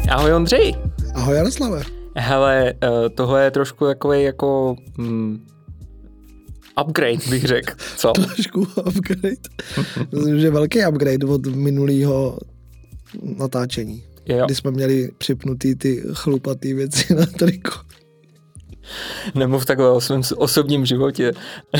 Ahoj Ondřej. Ahoj Jaroslave. Hele, tohle je trošku takový jako upgrade, bych řekl. Co? Trošku upgrade. Myslím, že velký upgrade od minulého natáčení. Jo. Kdy jsme měli připnutý ty chlupatý věci na triku. Nemluv takhle o svém osobním životě.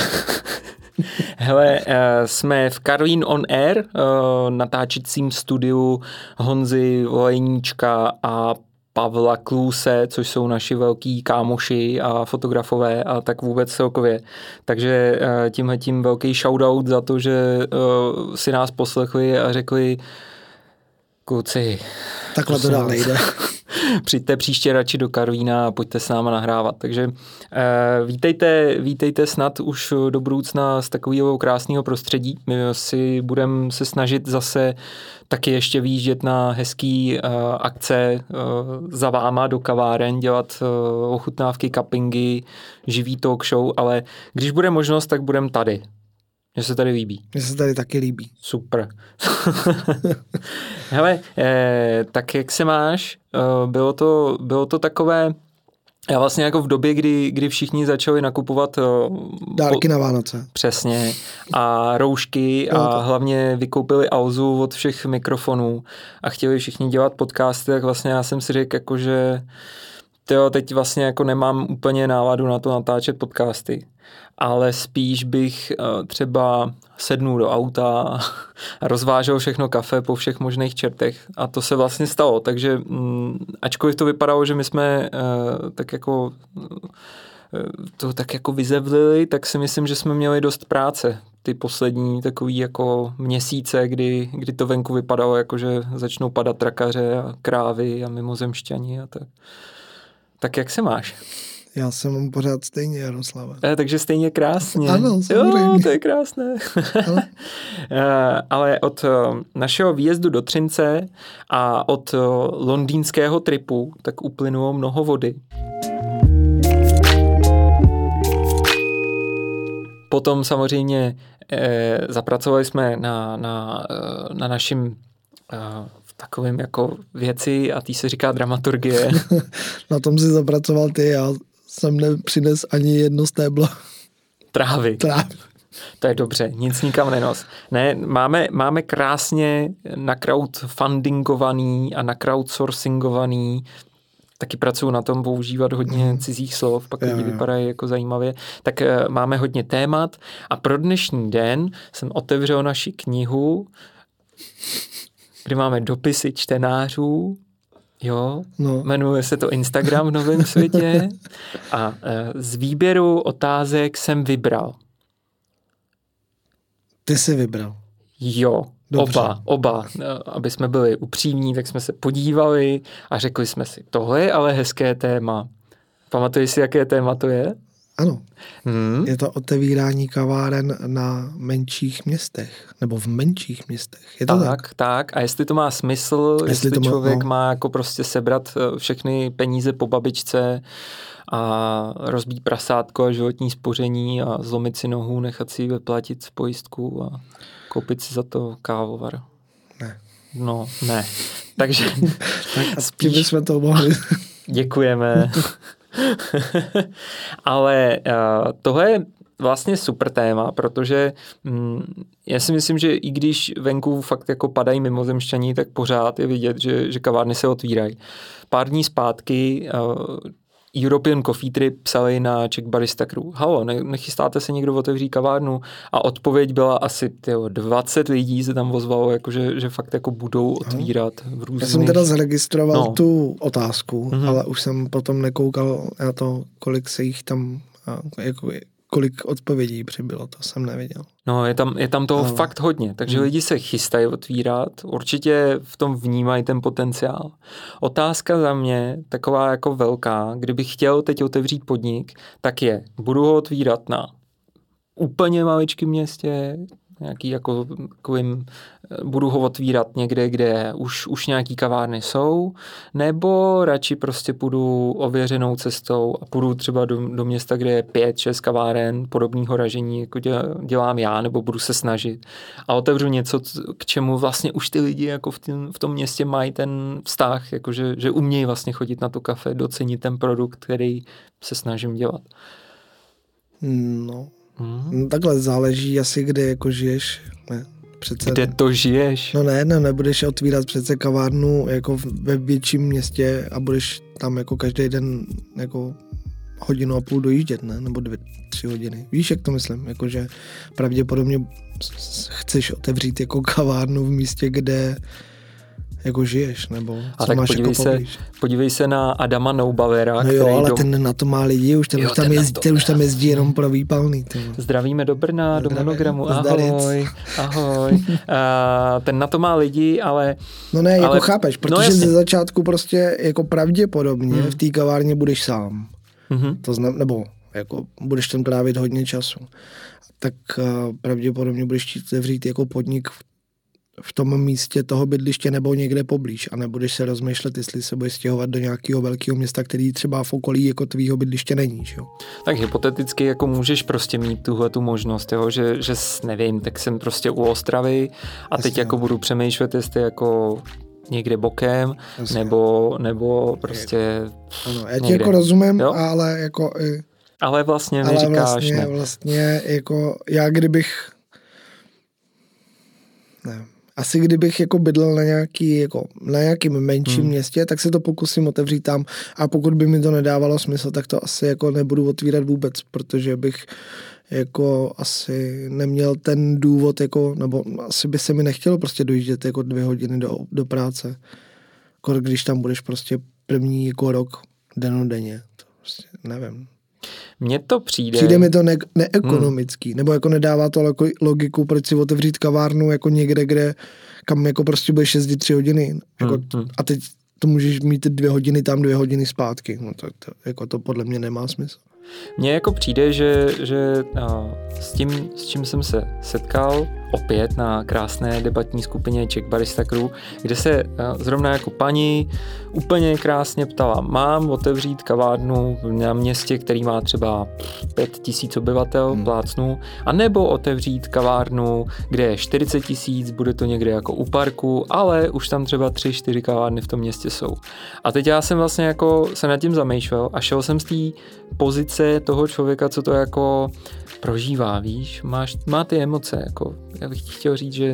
Hele, jsme v Karlín on Air, natáčecím studiu Honzy Volejníčka a Pavla Kluse, což jsou naši velký kámoši a fotografové a tak vůbec celkově. Takže tímhletím velký shoutout za to, že si nás poslechli a řekli: kluci, takhle to dál nejde. Přijďte příště radši do Karlína a pojďte s náma nahrávat. Takže vítejte snad už do budoucna z takového krásného prostředí. My si budeme se snažit zase taky ještě vyjíždět na hezký akce za váma do kaváren, dělat ochutnávky, cuppingy, živý talk show, ale když bude možnost, tak budeme tady. Mně se tady líbí. Mně se tady taky líbí. Super. Hele, tak jak se máš? Bylo to takové, vlastně jako v době, kdy všichni začali nakupovat dárky na Vánoce. Přesně. A roušky a hlavně vykoupili Alzu od všech mikrofonů a chtěli všichni dělat podcasty, tak vlastně já jsem si řekl, jakože teď vlastně jako nemám úplně náladu na to natáčet podcasty, ale spíš bych třeba sednul do auta a rozvážel všechno kafe po všech možných čertech a to se vlastně stalo, takže ačkoliv to vypadalo, že my jsme tak jako vyzevlili, tak si myslím, že jsme měli dost práce ty poslední takový jako měsíce, kdy to venku vypadalo jako, že začnou padat trakaře a krávy a mimozemšťani a tak. Tak jak se máš? Já se mám pořád stejně, Jaroslave. Takže stejně krásně. Ano, samozřejmě. Jo, to je krásné. Ale od našeho výjezdu do Třince a od londýnského tripu tak uplynulo mnoho vody. Potom samozřejmě zapracovali jsme na našim takovým jako věci a tý se říká dramaturgie. Na tom si zapracoval ty, já jsem nepřines ani jedno stéblo. Trávy. To je dobře, nic nikam nenos. Ne, máme krásně crowdfundingovaný a crowdsourcingovaný, taky pracuji na tom používat hodně cizích slov, pak lidi vypadají jako zajímavě. Tak máme hodně témat a pro dnešní den jsem otevřel naši knihu, kde máme dopisy čtenářů, jmenuje se to Instagram v novém světě a z výběru otázek jsem vybral. Ty jsi vybral. Jo, dobře. Oba. Aby jsme byli upřímní, tak jsme se podívali a řekli jsme si, tohle je ale hezké téma. Pamatuješ si, jaké téma to je? Ano. Je to otevírání kaváren na menších městech, nebo v menších městech. Je to tak? Tak. A jestli to má smysl, jestli člověk má jako prostě sebrat všechny peníze po babičce a rozbít prasátko a životní spoření a zlomit si nohu, nechat si vyplatit z pojistku a koupit si za to kávovar. Ne. No, ne. Takže spíš bychom to mohli. Děkujeme. Ale tohle je vlastně super téma, protože já si myslím, že i když venku fakt jako padají mimozemšťaní, tak pořád je vidět, že kavárny se otvírají. Pár dní zpátky European Coffee Trip psali na Czech Barista Crew. Halo, nechystáte se někdo otevřít kavárnu? A odpověď byla asi 20 lidí se tam ozvalo, jakože, že fakt jako budou otvírat v různých... Já jsem teda zaregistroval tu otázku, ale už jsem potom nekoukal na to, kolik se jich tam... kolik odpovědí přibylo, to jsem neviděl. No, je tam toho fakt hodně, takže lidi se chystají otvírat, určitě v tom vnímají ten potenciál. Otázka za mě, taková jako velká, kdybych chtěl teď otevřít podnik, tak budu ho otvírat na úplně maličkém městě, nějaký jako takovým, budu ho otvírat někde, kde už nějaký kavárny jsou, nebo radši prostě půjdu ověřenou cestou a půjdu třeba do města, kde je 5-6 kaváren podobného ražení, jako dělám já, nebo budu se snažit a otevřu něco, k čemu vlastně už ty lidi jako v tom městě mají ten vztah, jako že umějí vlastně chodit na to kafe, docenit ten produkt, který se snažím dělat. No, takhle záleží asi, kde jako žiješ. Ne, přece kde to žiješ? No nebudeš otvírat přece kavárnu jako ve větším městě a budeš tam jako každý den jako 1,5 hodiny dojíždět, ne? Nebo 2-3 hodiny. Víš, jak to myslím? Jakože pravděpodobně chceš otevřít jako kavárnu v místě, kde jako žiješ, nebo co tak máš jako poblíž. Podívej se na Adama Neubauera. No jo, ale ten na to má lidi, už tam jezdí jenom pro výpalný. Zdravíme do Brna, do Monogramu, ahoj. Ten na to má lidi, ale... No ne, jako chápeš, protože ze začátku prostě jako pravděpodobně v té kavárně budeš sám. To nebo jako budeš tam trávit hodně času. Tak pravděpodobně budeš chtít otevřít jako podnik v tom místě toho bydliště nebo někde poblíž a nebudeš se rozmýšlet, jestli se budeš stěhovat do nějakého velkého města, který třeba v okolí jako tvýho bydliště není. Že? Tak hypoteticky jako můžeš prostě mít tu možnost, jo? Že nevím, tak jsem prostě u Ostravy a teď jako budu přemýšlet, jestli jako někde bokem, nebo prostě ano, já ti jako rozumím, jo? Ale jako... Ale vlastně mi říkáš, ne. Vlastně jako já kdybych... Ne. Asi kdybych jako bydlel na nějakým menším městě, tak se to pokusím otevřít tam a pokud by mi to nedávalo smysl, tak to asi jako nebudu otvírat vůbec, protože bych jako asi neměl ten důvod, jako, nebo asi by se mi nechtělo prostě dojíždět jako 2 hodiny do práce, když tam budeš prostě první jako rok dennodenně, to prostě nevím. Mně to přijde... Přijde mi to neekonomický, nebo jako nedává to logiku, proč si otevřít kavárnu jako někde, kam jako prostě budeš jezdit 3 hodiny. Jako, a teď to můžeš mít 2 hodiny tam, 2 hodiny zpátky. No jako to podle mě nemá smysl. Mně jako přijde, že s čím jsem se setkal opět na krásné debatní skupině Czech Barista Crew, kde se zrovna jako paní úplně krásně ptala, mám otevřít kavárnu na městě, který má třeba 5 000 obyvatel, plácnu, a nebo otevřít kavárnu, kde je 40 000, bude to někde jako u parku, ale už tam třeba 3-4 kavárny v tom městě jsou. A teď já jsem vlastně jako se nad tím zamýšlel a šel jsem z té pozice toho člověka, co to jako prožívá, víš, má ty emoce, jako, já bych chtěl říct, že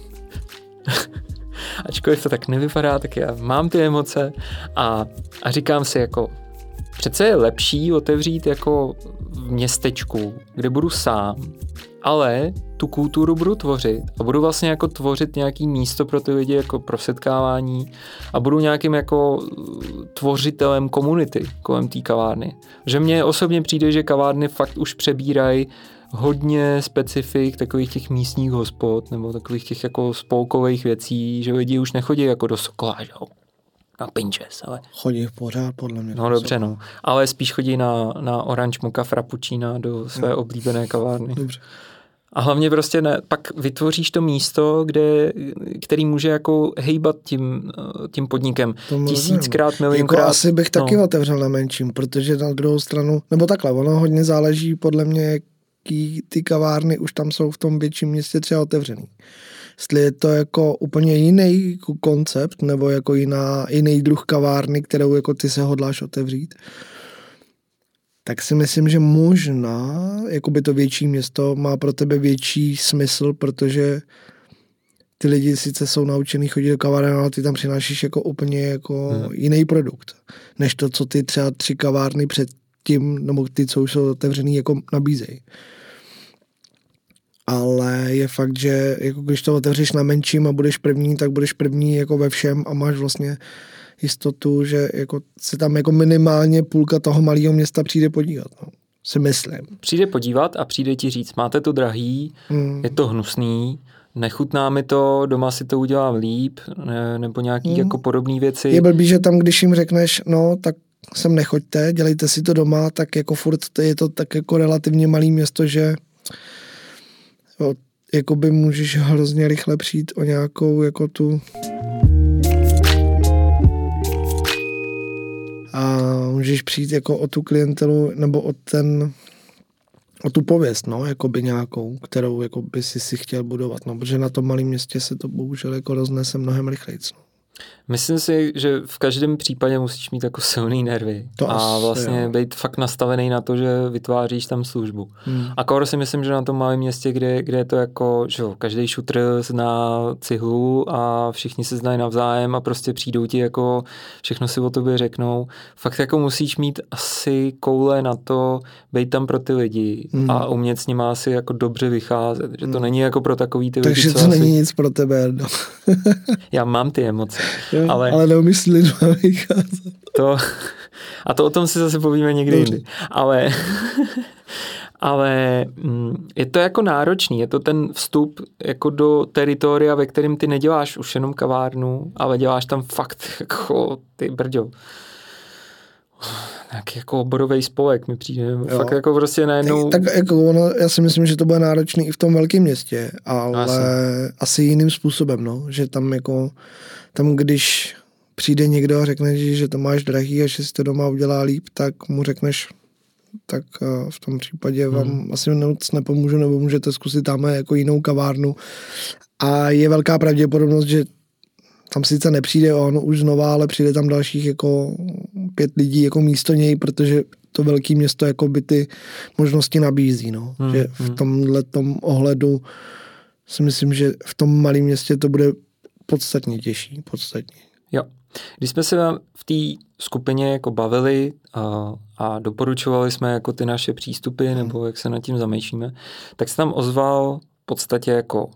ačkoliv to tak nevypadá, tak já mám ty emoce a říkám si jako, přece je lepší otevřít jako v městečku, kde budu sám, ale tu kulturu budu tvořit a budu vlastně jako tvořit nějaký místo pro ty lidi jako pro setkávání a budu nějakým jako tvořitelem komunity kolem té kavárny. Že mně osobně přijde, že kavárny fakt už přebírají hodně specifik takových těch místních hospod nebo takových těch jako spolkových věcí, že lidi už nechodí jako do Sokola, že jo, na Pinches, ale... Chodí pořád, podle mě. No dobře, no. Ale spíš chodí na Orange Mocha Frappuccina do své oblíbené kavárny. Dobře. A hlavně prostě pak vytvoříš to místo, který může jako hejbat tím podnikem. 1000krát, milionkrát. Jako asi bych taky otevřel na menším, protože na druhou stranu, nebo takhle, ono hodně záleží podle mě, jaký ty kavárny už tam jsou v tom větším městě třeba otevřený. Jestli je to jako úplně jiný koncept, nebo jako jiný druh kavárny, kterou jako ty se hodláš otevřít, tak si myslím, že možná jakoby to větší město má pro tebe větší smysl, protože ty lidi sice jsou naučený chodit do kaváren, ale ty tam přinášíš jako úplně jako jiný produkt, než to, co ty třeba 3 kavárny předtím, nebo ty, co už jsou otevřený, jako nabízejí. Ale je fakt, že jako když to otevřeš na menším a budeš první, tak budeš první jako ve všem a máš vlastně jistotu, že jako se tam jako minimálně půlka toho malého města přijde podívat. No. Si myslím. Přijde podívat a přijde ti říct, máte to drahý, je to hnusný, nechutná mi to, doma si to udělám líp, nebo nějaký jako podobné věci. Je blbý, že tam, když jim řekneš, no tak sem nechoďte, dělejte si to doma, tak jako furt je to tak jako relativně malý město, že jakoby můžeš hrozně rychle přijít o nějakou jako tu a můžeš přijít jako o tu klientelu nebo o tu pověst, no, jakoby nějakou, kterou jakoby si chtěl budovat, no, protože na tom malém městě se to bohužel jako roznese mnohem rychleji, no. Myslím si, že v každém případě musíš mít jako silný nervy a vlastně být fakt nastavený na to, že vytváříš tam službu. A si myslím, že na tom malém městě, kde je to jako, že každý šutr zná cihlu a všichni se znají navzájem a prostě přijdou ti jako všechno si o tobě řeknou. Fakt jako musíš mít asi koule na to, být tam pro ty lidi a umět s nima asi jako dobře vycházet. Že to není jako pro takový ty lidi, takže to není nic pro tebe, no. Já mám ty emoce. Jo, ale neumíš s lidma vycházet. A to o tom si zase povíme někdy jindy. Ale je to jako náročný, je to ten vstup jako do teritoria, ve kterém ty neděláš už jenom kavárnu, ale děláš tam fakt jako ty brďo. Nějaký jako oborovej spolek mi přijde. Fakt jako prostě najednou... Tak jako ono, já si myslím, že to bude náročný i v tom velkém městě, ale asi jiným způsobem, no. Že tam jako, tam když přijde někdo a řekne, že to máš drahý a že si to doma udělá líp, tak mu řekneš, tak v tom případě vám asi moc nepomůžu, nebo můžete zkusit tam jako jinou kavárnu. A je velká pravděpodobnost, že tam sice nepřijde on už znova, ale přijde tam dalších jako 5 lidí jako místo něj, protože to velké město jako by ty možnosti nabízí, no. Že v tomhletom ohledu si myslím, že v tom malém městě to bude podstatně těžší, podstatně. Jo. Když jsme se v té skupině jako bavili a doporučovali jsme jako ty naše přístupy, nebo jak se nad tím zamýšlíme, tak se tam ozval v podstatě jako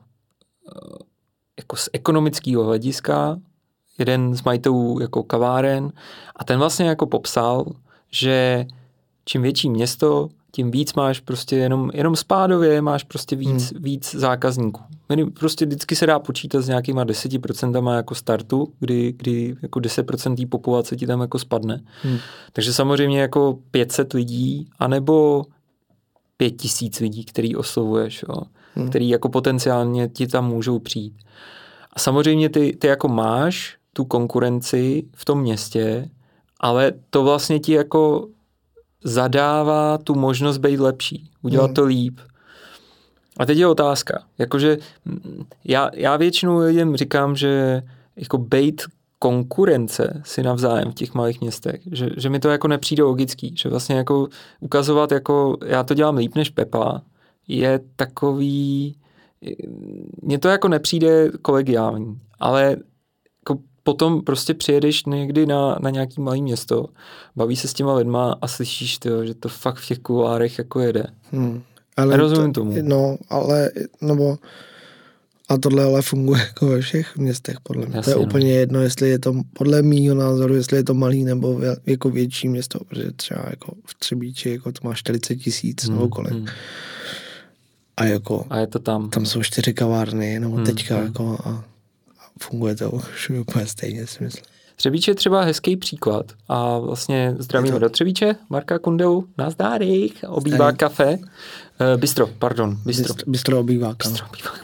z ekonomického hlediska jeden z majitelů jako kaváren a ten vlastně jako popsal, že čím větší město, tím víc máš prostě jenom spádově máš prostě víc zákazníků. Prostě vždycky se dá počítat s nějakýma 10% jako startu, kdy jako 10% té populace ti tam jako spadne. Takže samozřejmě jako 500 lidí, anebo 5000 lidí, který oslovuješ, jo, který jako potenciálně ti tam můžou přijít. A samozřejmě ty jako máš tu konkurenci v tom městě, ale to vlastně ti jako zadává tu možnost být lepší, udělat to líp. A teď je otázka, jakože já většinou lidem říkám, že jako bejt konkurence si navzájem v těch malých městech, že mi to jako nepřijde logický, že vlastně jako ukazovat jako já to dělám líp než Pepa je takový, mně to jako nepřijde kolegiální, ale jako potom prostě přijedeš někdy na nějaký malý město, baví se s těma lidma a slyšíš, tyjo, že to fakt v těch kulárech jako jede. Ale nerozumím tomu. No, ale, nebo a tohle ale funguje jako ve všech městech, podle mě. Jasně, to je úplně jedno, jestli je to, podle mýho názoru, jestli je to malý nebo jako větší město, protože třeba jako v Třebíči jako to má 40 000 nebo kolik. A jako a je to tam jsou 4 kavárny, nebo teďka jako a funguje to už úplně stejně, si myslím. Třebíč je třeba hezký příklad a vlastně zdravíme do Třebíče, Marka Kundelu, nazdárých, obývá kafe, Bistro obývá pardon.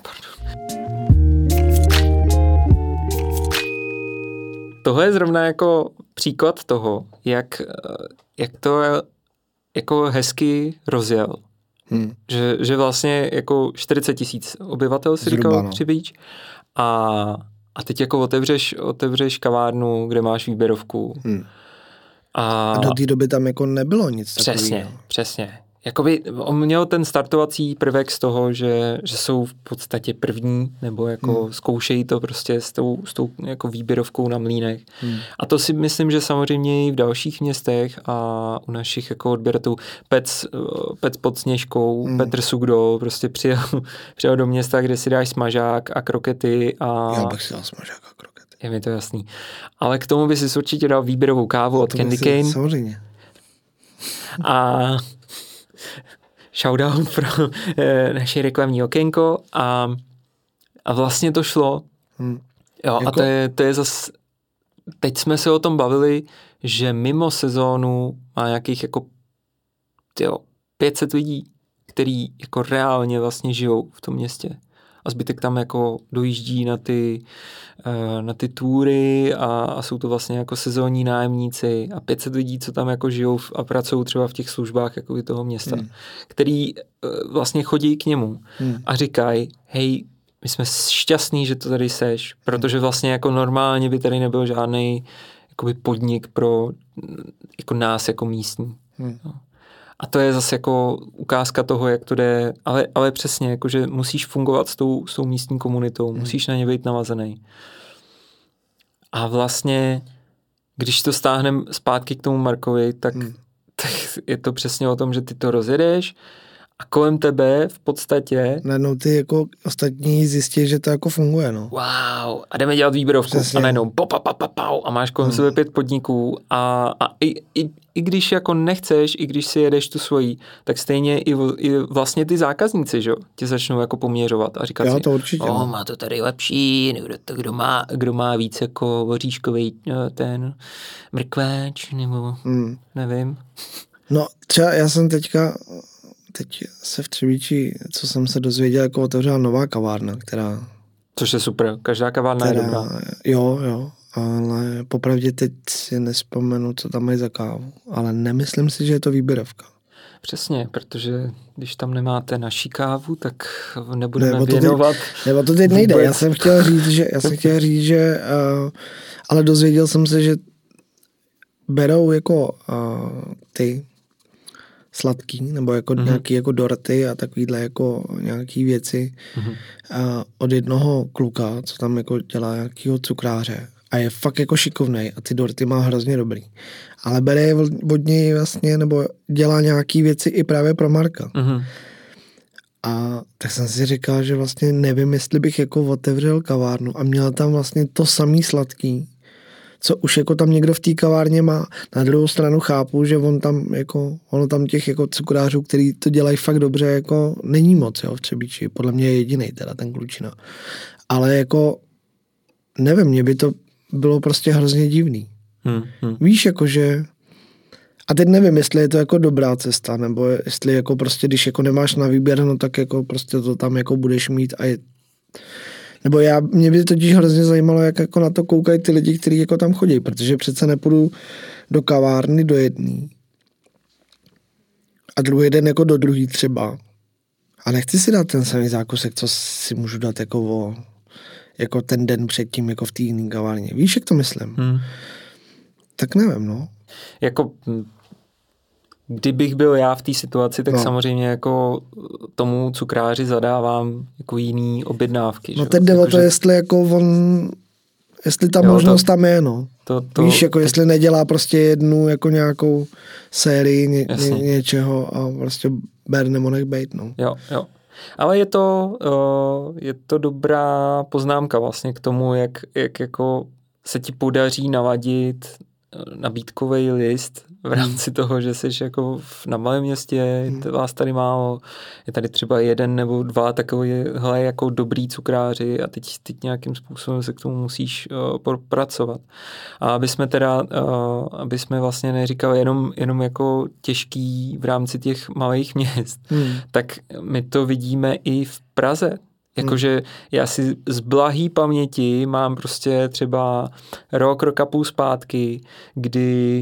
Tohle je zrovna jako příklad toho, jak to jako hezky rozjel. Že vlastně jako 40 000 obyvatel si říkal Třebíč a teď jako otevřeš kavárnu, kde máš výběrovku. A do té doby tam jako nebylo nic takového. Přesně. Jakoby on měl ten startovací prvek z toho, že jsou v podstatě první, nebo jako zkoušejí to prostě s tou jako výběrovkou na mlýnech. A to si myslím, že samozřejmě i v dalších městech a u našich jako odběratelů Pec pod Sněžkou, Petr Sugdol prostě přijel do města, kde si dáš smažák a krokety a... Já bych si dal smažák a krokety. Je mi to jasný. Ale k tomu by si určitě dal výběrovou kávu od Candy Cane. Samozřejmě. A shoutout pro naše reklamní okénko a vlastně to šlo. Jo, jako... A to je zase, teď jsme se o tom bavili, že mimo sezónu má nějakých jako 500 lidí, který jako reálně vlastně žijou v tom městě. a zbytek tam jako dojíždí na ty túry a jsou to vlastně jako sezónní nájemníci a 500 lidí, co tam jako žijou a pracují třeba v těch službách jako toho města, který vlastně chodí k němu a říkají, hej, my jsme šťastní, že to tady seš, protože vlastně jako normálně by tady nebyl žádný jakoby podnik pro jako nás jako místní. No. A to je zase jako ukázka toho, jak to jde, ale přesně, jakože musíš fungovat s tou místní komunitou, musíš na ně být navazený. A vlastně, když to stáhneme zpátky k tomu Markovi, tak je to přesně o tom, že ty to rozjedeš a kolem tebe v podstatě... Najednou ty jako ostatní zjistí, že to jako funguje, no. Wow, a jdeme dělat výběrovku. Přesně. A najednou a máš kolem sebe 5 podniků a i když jako nechceš, i když si jedeš tu svojí, tak stejně i vlastně ty zákazníci, že tě začnou jako poměřovat a říkat si, to určitě, má to tady lepší, kdo má víc jako oříškový ten mrkváč, nebo nevím. No třeba já jsem teď se v Třebíči, co jsem se dozvěděl, jako otevřela nová kavárna, která... Což je super, každá kavárna je dobrá. Jo, ale popravdě teď si nespomenu, co tam mají za kávu, ale nemyslím si, že je to výběrovka. Přesně, protože když tam nemáte naší kávu, tak nebudeme věnovat. Nebo to teď nejde, já jsem chtěl říct, že ale dozvěděl jsem se, že berou jako ty sladký, nebo jako nějaký jako dorty a takovýhle jako nějaký věci od jednoho kluka, co tam jako dělá nějakýho cukráře a je fakt jako šikovnej a ty dorty má hrozně dobrý. Ale bere je od něj vlastně, nebo dělá nějaký věci i právě pro Marka. A tak jsem si říkal, že vlastně nevím, jestli bych jako otevřel kavárnu a měl tam vlastně to samý sladký, co už jako tam někdo v té kavárně má. Na druhou stranu chápu, že ono tam těch jako cukrářů, který to dělají fakt dobře, jako není moc, jo, v Třebíči. Podle mě je jedinej teda ten Klučina. Ale jako nevím, mě by to bylo prostě hrozně divný. Víš, jakože a teď nevím, jestli je to jako dobrá cesta, nebo jestli jako prostě, když jako nemáš na výběr, no tak jako prostě to tam jako budeš mít a je... Nebo mě by totiž hrozně zajímalo, jak jako na to koukají ty lidi, kteří jako tam chodí, protože přece nepůjdu do kavárny do jedné a druhý den jako do druhý třeba. A nechci si dát ten samý zákusek, co si můžu dát jako ten den předtím jako v té jiné kavárně. Víš, jak to myslím? Tak nevím, no. Jako kdybych byl já v té situaci, tak samozřejmě jako tomu cukráři zadávám jako jiný objednávky. No teď jde o to, jestli jako jestli ta možnost tam je, no. Víš, jako jestli nedělá prostě jednu jako nějakou sérii něčeho a prostě ber nebo nech bejt, no. Jo. Ale je to dobrá poznámka vlastně k tomu, jak jako se ti podaří naladit nabídkový list v rámci toho, že jsi jako na malém městě, vás tady málo, je tady třeba 1 nebo 2 takovéhle jako dobrý cukráři a teď nějakým způsobem se k tomu musíš pracovat. A aby jsme vlastně neříkali jenom jako těžký v rámci těch malých měst, tak my to vidíme i v Praze. Jakože já si z blahý paměti mám prostě třeba rok a půl zpátky, kdy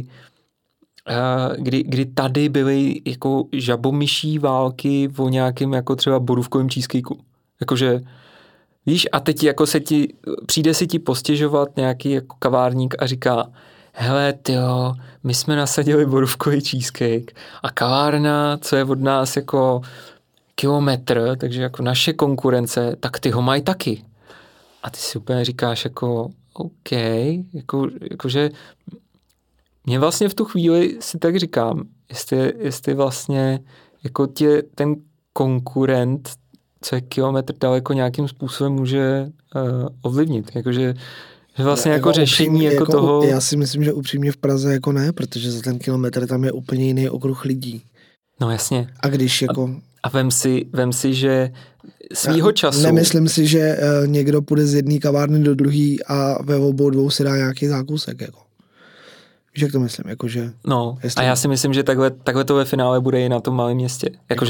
tady byly jako žabomyší války o nějakém jako třeba borůvkovém cheesecakeu. Jakože víš, a teď jako přijde si ti postěžovat nějaký jako kavárník a říká, hele tyjo, my jsme nasadili borůvkový cheesecake a kavárna, co je od nás jako kilometr, takže jako naše konkurence, tak ty ho mají taky. A ty si úplně říkáš jako OK, jakože mě vlastně v tu chvíli si tak říkám, jestli vlastně jako ten konkurent, co je kilometr daleko, nějakým způsobem může ovlivnit. Jakože že vlastně jako řešení jako toho... Já si myslím, že upřímně v Praze jako ne, protože za ten kilometr tam je úplně jiný okruh lidí. No jasně. A když jako... A vem si, že svýho času... Nemyslím si, že někdo půjde z jedné kavárny do druhé a ve obou dvou si dá nějaký zákusek. Jako. Víš, jak to myslím? Jakože, no, a já si myslím, že takhle to ve finále bude i na tom malém městě. Jakože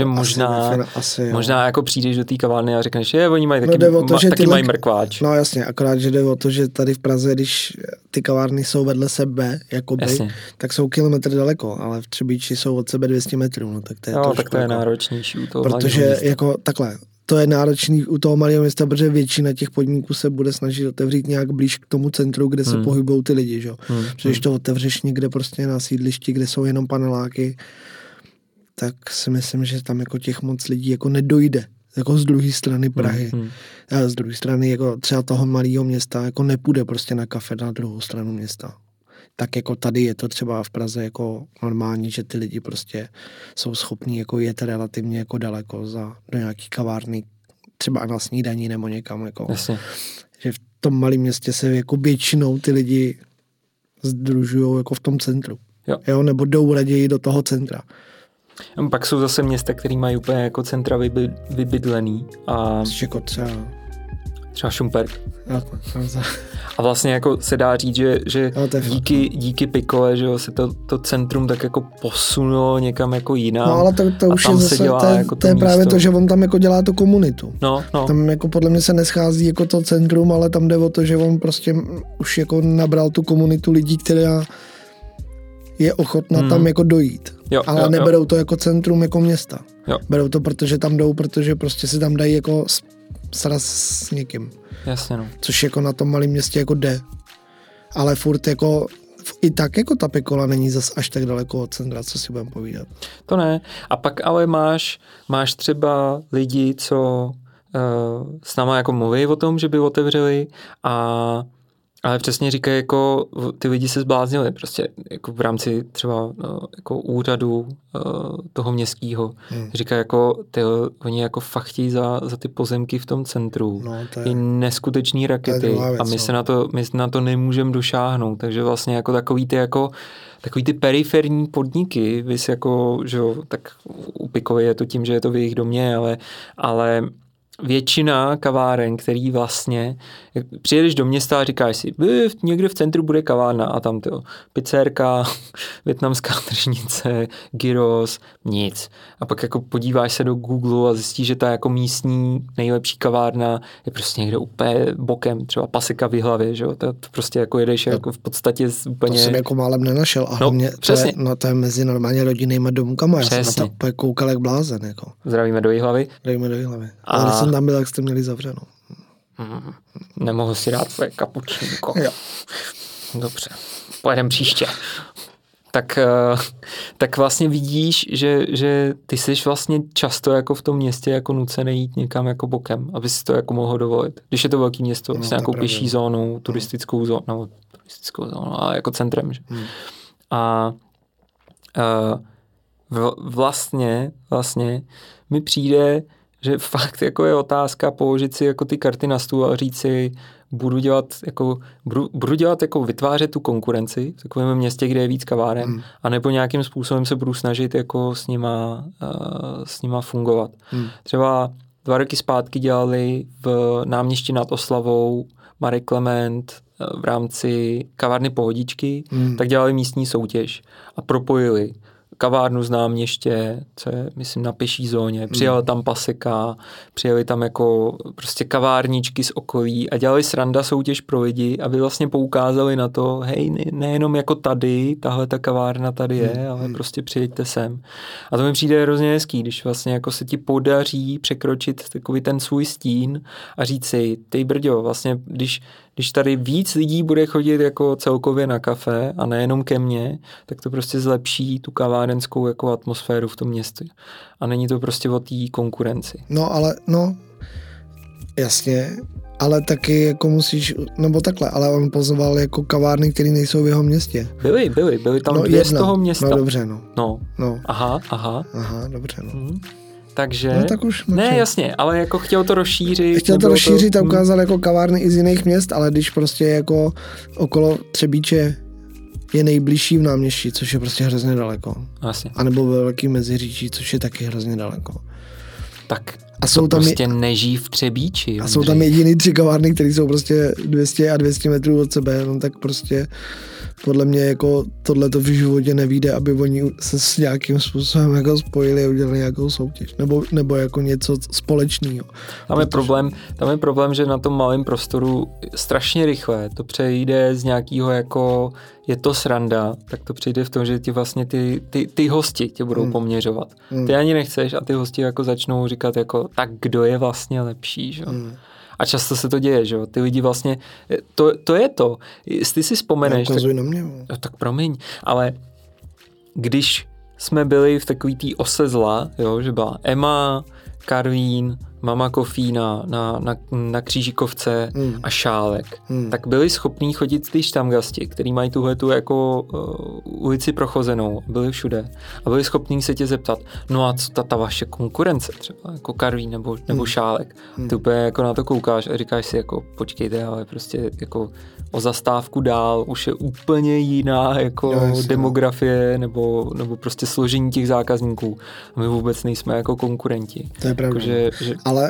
možná jako přijdeš do té kavárny a řekneš, že oni mají taky mají mrkváč. No jasně, akorát, že jde o to, že tady v Praze, když ty kavárny jsou vedle sebe, jakoby, tak jsou kilometr daleko, ale v Třebíči jsou od sebe 200 metrů. No, tak to je, tak to je náročnější u toho protože jako takhle, to je náročný u toho malého města, protože většina těch podniků se bude snažit otevřít nějak blíž k tomu centru, kde se pohybují ty lidi, že? Protože když to otevřeš někde prostě na sídlišti, kde jsou jenom paneláky, tak si myslím, že tam jako těch moc lidí jako nedojde. Jako z druhé strany Prahy. A z druhé strany jako třeba toho malého města jako nepůjde prostě na kafe na druhou stranu města. Tak jako tady je to třeba v Praze jako normální, že ty lidi prostě jsou schopní jako jet relativně jako daleko do nějaký kavárny, třeba na snídaní nebo někam. Jako, že v tom malém městě se jako většinou ty lidi sdružují jako v tom centru. Jo, nebo jdou raději do toho centra. Pak jsou zase města, které mají úplně jako centra vybydlený. Jako třeba Šumperk. A vlastně jako se dá říct, že díky Pikole, že jo, se to centrum tak jako posunulo někam jako jinam. No ale to už je zase, to je právě to, že on tam jako dělá tu komunitu. No. Tam jako podle mě se neschází jako to centrum, ale tam jde o to, že on prostě už jako nabral tu komunitu lidí, která je ochotná tam jako dojít. Ale neberou to jako centrum, jako města. Berou to, protože tam jdou, protože prostě si tam dají jako sraz s někým. Jasně, no. Což jako na tom malém městě jako jde. Ale furt jako i tak jako ta Pikola není zas až tak daleko od centra, co si budeme povídat. To ne. A pak ale máš třeba lidi, co s náma jako mluví o tom, že by otevřeli ale přesně říkají, jako ty lidi se zbláznili prostě jako v rámci třeba jako úřadu toho městského. Říkají jako oni jako fakt chtějí za ty pozemky v tom centru. No, je neskutečný rakety věc, a my na to nemůžeme došáhnout. Takže vlastně jako takový ty periferní podniky, vys jako, že jo, tak u Pikovy je to tím, že je to v jejich domě, ale většina kaváren, který vlastně, přijedeš do města a říkáš si, někde v centru bude kavárna a tam pizzerka, vietnamská tržnice, gyros, nic. A pak jako podíváš se do Google a zjistíš, že ta jako místní nejlepší kavárna je prostě někde úplně bokem, třeba Paseka v Jihlavě, že jo, to prostě jako jedeš jako v podstatě úplně... To jsem jako málem nenašel a hlavně to je mezi normálně rodinnýma domkama, já jsem na to koukal jak blázen, jako. Zdravíme do Jihlavy. Ale když jsem tam byl, jak jste měli zavřenou. Nemohu si dát tvoje kapučínko. Jo. Dobře, pojedem příště. Tak vlastně vidíš, že ty jsi vlastně často jako v tom městě jako nucený jít někam jako bokem, aby si to jako mohl dovolit. Když je to velké město s nějakou pěší zónou, turistickou zónou, ale jako centrem. Že? A vlastně mi přijde, že fakt jako je otázka položit si jako ty karty na stůl a říct si, budu dělat jako vytvářet tu konkurenci v takovém městě, kde je víc kaváren, anebo nějakým způsobem se budu snažit jako s nima fungovat. Třeba 2 roky zpátky dělali v náměstí nad Oslavou Marek Klement v rámci kavárny Pohodičky, tak dělali místní soutěž a propojili kavárnu z náměště, co je, myslím, na pěší zóně. Přijela tam Paseka, přijeli tam jako prostě kavárničky z okolí a dělali sranda soutěž pro lidi, aby vlastně poukázali na to, hej, nejenom jako tady, tahle ta kavárna tady je, ale prostě přijeďte sem. A to mi přijde hrozně hezký, když vlastně jako se ti podaří překročit takový ten svůj stín a říct si, ty brďo, vlastně, když tady víc lidí bude chodit jako celkově na kafe a nejenom ke mně, tak to prostě zlepší tu kavárenskou jako atmosféru v tom městě. A není to prostě o té konkurenci. Jasně, ale taky jako musíš, nebo takhle, ale on pozval jako kavárny, které nejsou v jeho městě. Byly tam 2 z toho města. No dobře, no. Aha, dobře, Takže, tak už jasně, ale jako chtěl to rozšířit. A ukázal jako kavárny i z jiných měst, ale když prostě jako okolo Třebíče je nejbližší v náměstí, což je prostě hrozně daleko. Jasně. A nebo ve Velký Meziříčí, což je taky hrozně daleko. Tak A jsou tam prostě nežijí v Třebíči. A jsou tam jediný 3 kavárny, které jsou prostě 200 a 200 metrů od sebe, no tak prostě podle mě jako tohle to v životě nevyjde, aby oni se s nějakým způsobem jako spojili a udělali nějakou soutěž. Nebo jako něco společného. Tam je problém, že na tom malém prostoru strašně rychle to přejde z nějakého jako je to sranda, tak to přijde v tom, že ti vlastně ty hosti tě budou poměřovat. Ty ani nechceš a ty hosti jako začnou říkat jako tak kdo je vlastně lepší, že? A často se to děje, že jo? Ty lidi vlastně, to je to. Jestli si vzpomeneš, tak promiň, ale když jsme byli v takový tý ose zla, jo, že byla Emma, Karvín, Mama Coffee na Křížikovce a Šálek, tak byli schopní chodit ty štamgasti, který mají tuhletu jako ulici prochozenou, byli všude a byli schopní se tě zeptat, no a co ta vaše konkurence třeba, jako Karvín nebo Šálek. Ty úplně jako na to koukáš a říkáš si jako počkejte, ale prostě jako o zastávku dál už je úplně jiná jako demografie nebo prostě složení těch zákazníků. A my vůbec nejsme jako konkurenti. To je pravda. Jako, ale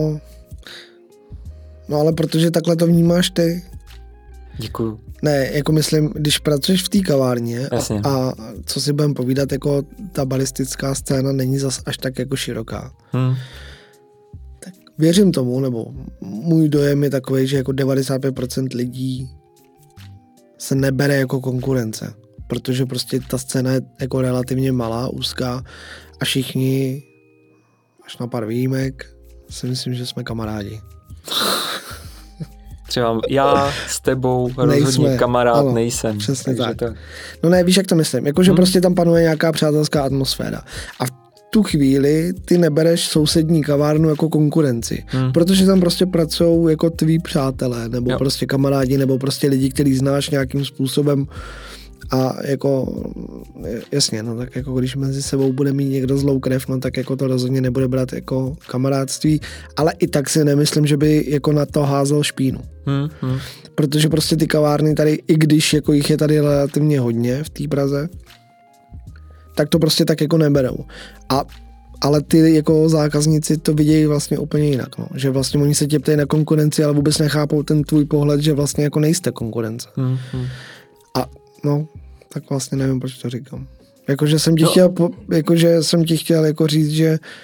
ale protože takhle to vnímáš ty. Děkuju. Ne, jako myslím, když pracuješ v té kavárně a co si budeme povídat, jako ta baristická scéna není zas až tak jako široká. Tak věřím tomu, nebo můj dojem je takový, že jako 95% lidí se nebere jako konkurence, protože prostě ta scéna je jako relativně malá, úzká a všichni, až na pár výjimek, si myslím, že jsme kamarádi. Třeba já s tebou rozhodně kamarád nejsem. Přesně tak. No ne, víš, jak to myslím. Jakože prostě tam panuje nějaká přátelská atmosféra. A v tu chvíli ty nebereš sousední kavárnu jako konkurenci. Protože tam prostě pracují jako tví přátelé, nebo prostě kamarádi, nebo prostě lidi, který znáš nějakým způsobem. A jako, jasně, no tak jako když mezi sebou bude mít někdo zlou krev, no tak jako to rozhodně nebude brát jako kamarádství, ale i tak si nemyslím, že by jako na to házel špínu. Protože prostě ty kavárny tady, i když jako jich je tady relativně hodně v té Praze, tak to prostě tak jako neberou. Ale ty jako zákazníci to vidějí vlastně úplně jinak, no. Že vlastně oni se tě ptají na konkurenci, ale vůbec nechápou ten tvůj pohled, že vlastně jako nejste konkurence. A no, tak vlastně nevím, proč to říkám. Jakože jsem ti chtěl jako říct,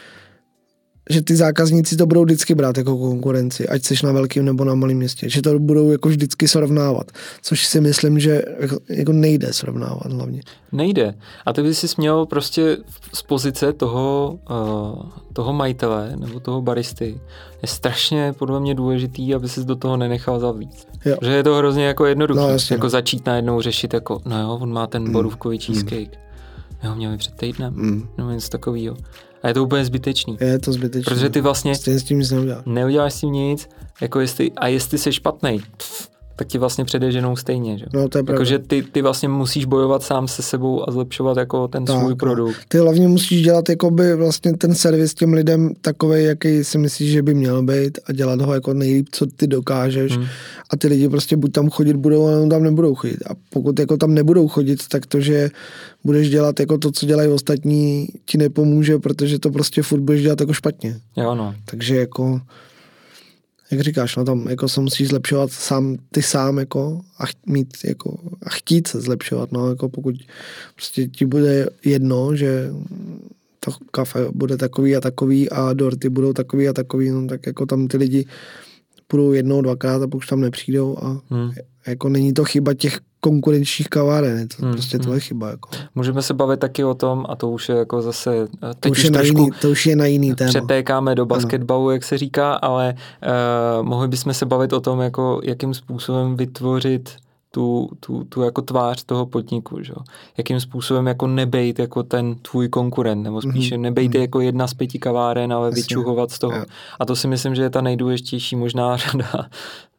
že ty zákazníci to budou vždycky brát jako konkurenci, ať seš na velkém nebo na malém městě. Že to budou jako vždycky srovnávat. Což si myslím, že jako nejde srovnávat hlavně. Nejde. A ty bys si měl prostě z pozice toho majitele nebo toho baristy je strašně podle mě důležitý, aby ses do toho nenechal zavlít. Že je to hrozně jako jednoduché. No, jako začít najednou řešit jako, no jo, on má ten borůvkový cheesecake. My ho měli před týdnem. Nebo něco takového. A je to úplně zbytečný. Je to zbytečný. Protože ty vlastně s tím nic neuděláš. Neuděláš s tím nic, jako jestli jsi špatnej, tak ti vlastně předeženou stejně. Že? No, to je pravda. Jakože ty vlastně musíš bojovat sám se sebou a zlepšovat jako ten svůj produkt. Ty hlavně musíš dělat jakoby vlastně ten servis těm lidem takovej, jaký si myslíš, že by měl být a dělat ho jako nejlíp, co ty dokážeš. A ty lidi prostě buď tam chodit budou, ale tam nebudou chodit. A pokud jako tam nebudou chodit, tak to, že budeš dělat jako to, co dělají ostatní, ti nepomůže, protože to prostě furt budeš dělat jako špatně. Jo, no. Takže jako jak říkáš, no tam jako se musíš zlepšovat ty sám jako a chtít se zlepšovat, no jako pokud prostě ti bude jedno, že to kafe bude takový a dorty budou takový a takový, no tak jako tam ty lidi budou jednou, dvakrát a pokud tam nepřijdou a jako není to chyba těch konkurenčních kaváren, je to prostě tvoje chyba. Jako. Můžeme se bavit taky o tom, a to už je jako zase... To už je na jiný téma. Přetékáme do basketbalu, jak se říká, ale mohli bychom se bavit o tom, jako, jakým způsobem vytvořit tu jako tvář toho podniku, že? Jakým způsobem jako nebejt jako ten tvůj konkurent, nebo spíše nebejt jako jedna z 5 kaváren, ale vyčuhovat z toho. A to si myslím, že je ta nejdůležitější možná řada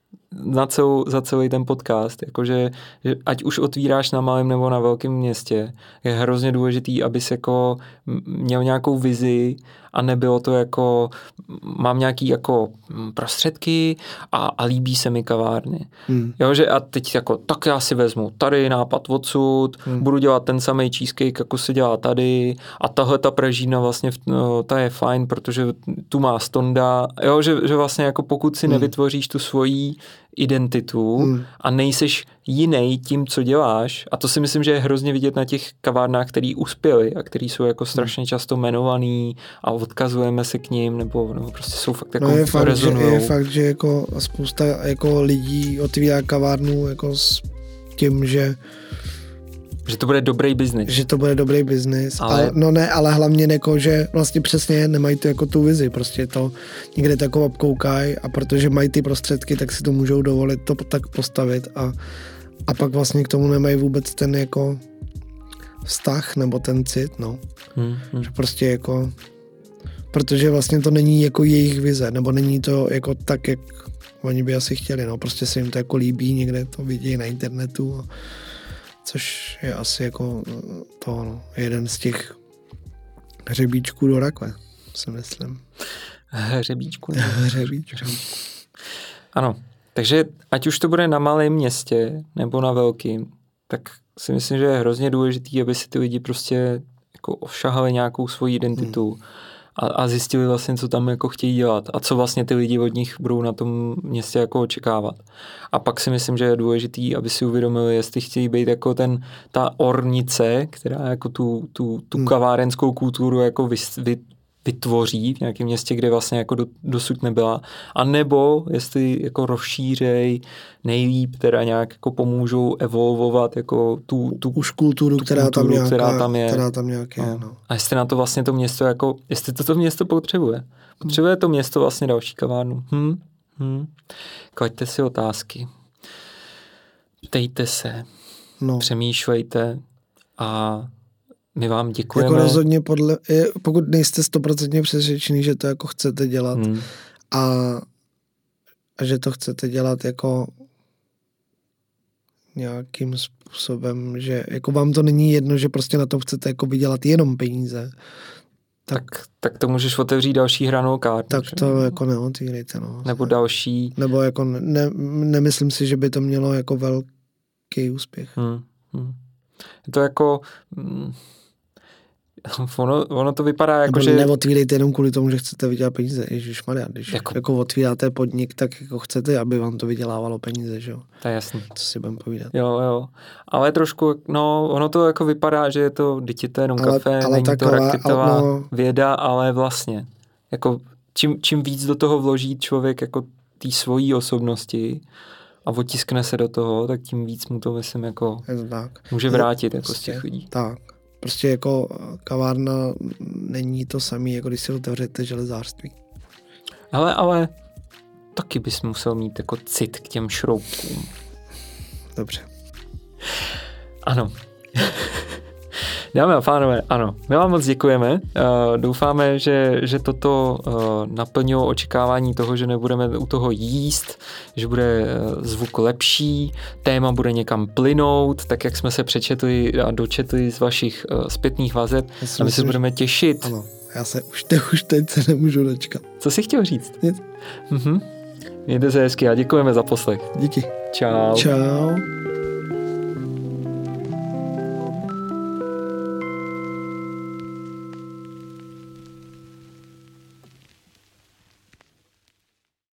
za celý ten podcast, jakože že ať už otvíráš na malém nebo na velkém městě, je hrozně důležitý, abys jako měl nějakou vizi a nebylo to jako, mám nějaký jako prostředky a líbí se mi kavárny. Jo, že a teď jako, tak já si vezmu tady nápad odsud, budu dělat ten samý cheesecake, jako se dělá tady a tahle ta pražína vlastně, ta je fajn, protože tu má Stonda, jo, že vlastně jako pokud si nevytvoříš tu svoji identitu a nejseš jinej tím, co děláš, a to si myslím, že je hrozně vidět na těch kavárnách, který uspěli a který jsou jako strašně často jmenovaný a odkazujeme se k ním, nebo prostě jsou fakt jako rezonujou. Je fakt, že jako spousta jako lidí otvírá kavárnu jako s tím, že to bude dobrý biznis. Že to bude dobrý biznis. Ale hlavně jako, že vlastně přesně nemají to jako tu vizi. Prostě to někde tako obkoukají a protože mají ty prostředky, tak si to můžou dovolit to tak postavit a pak vlastně k tomu nemají vůbec ten jako vztah nebo ten cit, no. Že prostě jako protože vlastně to není jako jejich vize, nebo není to jako tak, jak oni by asi chtěli, no. Prostě se jim to jako líbí, někde to vidějí na internetu což je asi jako to, no, jeden z těch hřebíčků do rakve, si myslím. Hřebíčku. Ano, takže ať už to bude na malém městě nebo na velkým, tak si myslím, že je hrozně důležitý, aby si ty lidi prostě jako ovšahali nějakou svoji identitu a zjistili vlastně, co tam jako chtějí dělat a co vlastně ty lidi od nich budou na tom městě jako očekávat. A pak si myslím, že je důležitý, aby si uvědomili, jestli chtějí být jako ta ornice, která jako tu kavárenskou kulturu jako vytvoří v nějakém městě, kde vlastně jako dosud nebyla, a nebo jestli jako rozšířej nejlíp, teda nějak jako pomůžou evolvovat jako tu už kulturu, která tam je. No. A jestli na to vlastně to město jako, jestli to město potřebuje. Potřebuje to město vlastně další kavárnu. Klaďte si otázky. Ptejte se. Přemýšlejte a my vám děkujeme. Jako rozhodně pokud nejste 100% přesvědčený, že to jako chcete dělat a že to chcete dělat jako nějakým způsobem, že jako vám to není jedno, že prostě na tom chcete jako vydělat jenom peníze. Tak to můžeš otevřít další hranou kartu. Tak to jako neotvírejte, no. Nebo další. Nebo jako nemyslím si, že by to mělo jako velký úspěch. Je to jako ono to vypadá jako, že... Neotvírejte jenom kvůli tomu, že chcete vydělat peníze. Ježišmarja, když jako otvíráte podnik, tak jako chcete, aby vám to vydělávalo peníze, že jo? To je jasný. Co si budeme povídat. Jo. Ale trošku, ono to jako vypadá, že je to děti, jenom kafe, není to raketová věda, ale vlastně, jako čím víc do toho vloží člověk jako té svojí osobnosti a otiskne se do toho, tak tím víc mu to, myslím, jako může vrátit jako z těch lidí. Tak. Prostě jako kavárna není to samý, jako když si otevřete železářství. Ale taky bys musel mít jako cit k těm šroubkům. Dobře. Ano. Dámy a pánové, ano. My vám moc děkujeme. Doufáme, že toto naplnilo očekávání toho, že nebudeme u toho jíst, že bude zvuk lepší, téma bude někam plynout, tak jak jsme se přečetli a dočetli z vašich zpětných vazeb. A my se budeme těšit. Ano, já se už teď se nemůžu dočkat. Co jsi chtěl říct? Nic. Mějte se hezky a děkujeme za poslech. Díky. Čau. Čau.